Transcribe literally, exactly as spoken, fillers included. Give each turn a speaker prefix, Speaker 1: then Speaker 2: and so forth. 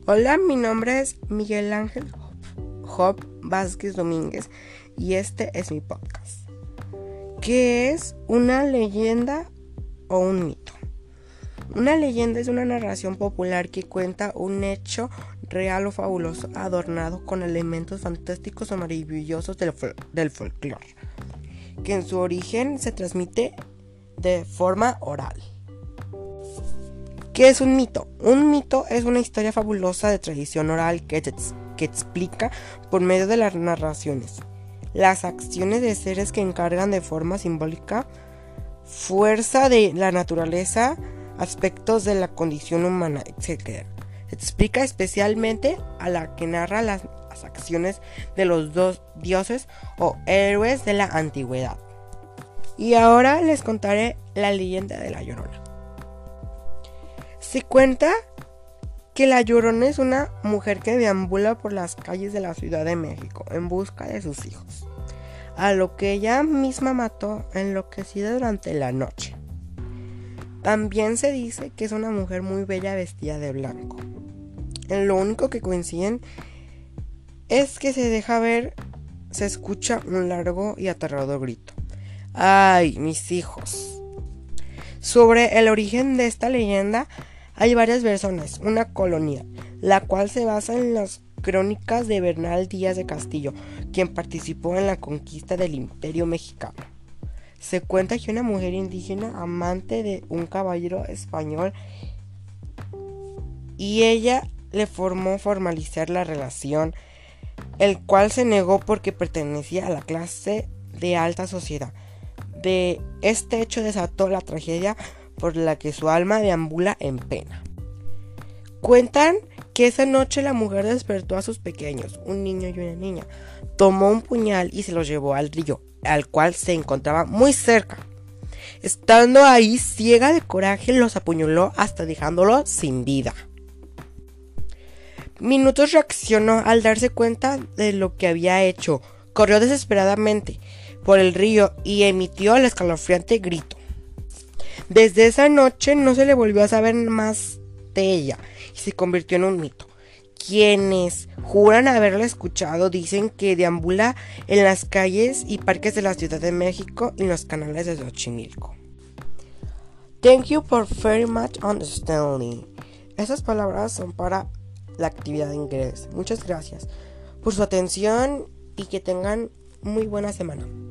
Speaker 1: Hola, mi nombre es Miguel Ángel Job Vázquez Domínguez y este es mi podcast. ¿Qué es una leyenda o un mito? Una leyenda es una narración popular que cuenta un hecho real o fabuloso adornado con elementos fantásticos o maravillosos del, fol- del folclore, que en su origen se transmite de forma oral. ¿Qué es un mito? Un mito es una historia fabulosa de tradición oral que, te, que explica por medio de las narraciones las acciones de seres que encargan de forma simbólica fuerza de la naturaleza, aspectos de la condición humana, etcétera. Explica especialmente a la que narra las, las acciones de los dos dioses o héroes de la antigüedad. Y ahora les contaré la leyenda de La Llorona. Se cuenta que La Llorona es una mujer que deambula por las calles de la Ciudad de México en busca de sus hijos, a lo que ella misma mató enloquecida durante la noche. También se dice que es una mujer muy bella vestida de blanco. En lo único que coinciden es que se deja ver, se escucha un largo y aterrador grito: ¡ay, mis hijos! Sobre el origen de esta leyenda hay varias versiones. Una colonial, la cual se basa en las crónicas de Bernal Díaz de Castillo, quien participó en la conquista del Imperio Mexicano. Se cuenta que una mujer indígena, amante de un caballero español, y ella le formó formalizar la relación, el cual se negó porque pertenecía a la clase de alta sociedad. De este hecho desató la tragedia por la que su alma deambula en pena. Cuentan que esa noche la mujer despertó a sus pequeños, un niño y una niña, tomó un puñal y se los llevó al río, al cual se encontraba muy cerca. Estando ahí, ciega de coraje, los apuñaló hasta dejándolos sin vida. Minutos reaccionó al darse cuenta de lo que había hecho. Corrió desesperadamente por el río y emitió el escalofriante grito. Desde esa noche no se le volvió a saber más de ella y se convirtió en un mito. Quienes juran haberla escuchado dicen que deambula en las calles y parques de la Ciudad de México y en los canales de Xochimilco. Thank you for very much understanding. Esas palabras son para la actividad de inglés. Muchas gracias por su atención y que tengan muy buena semana.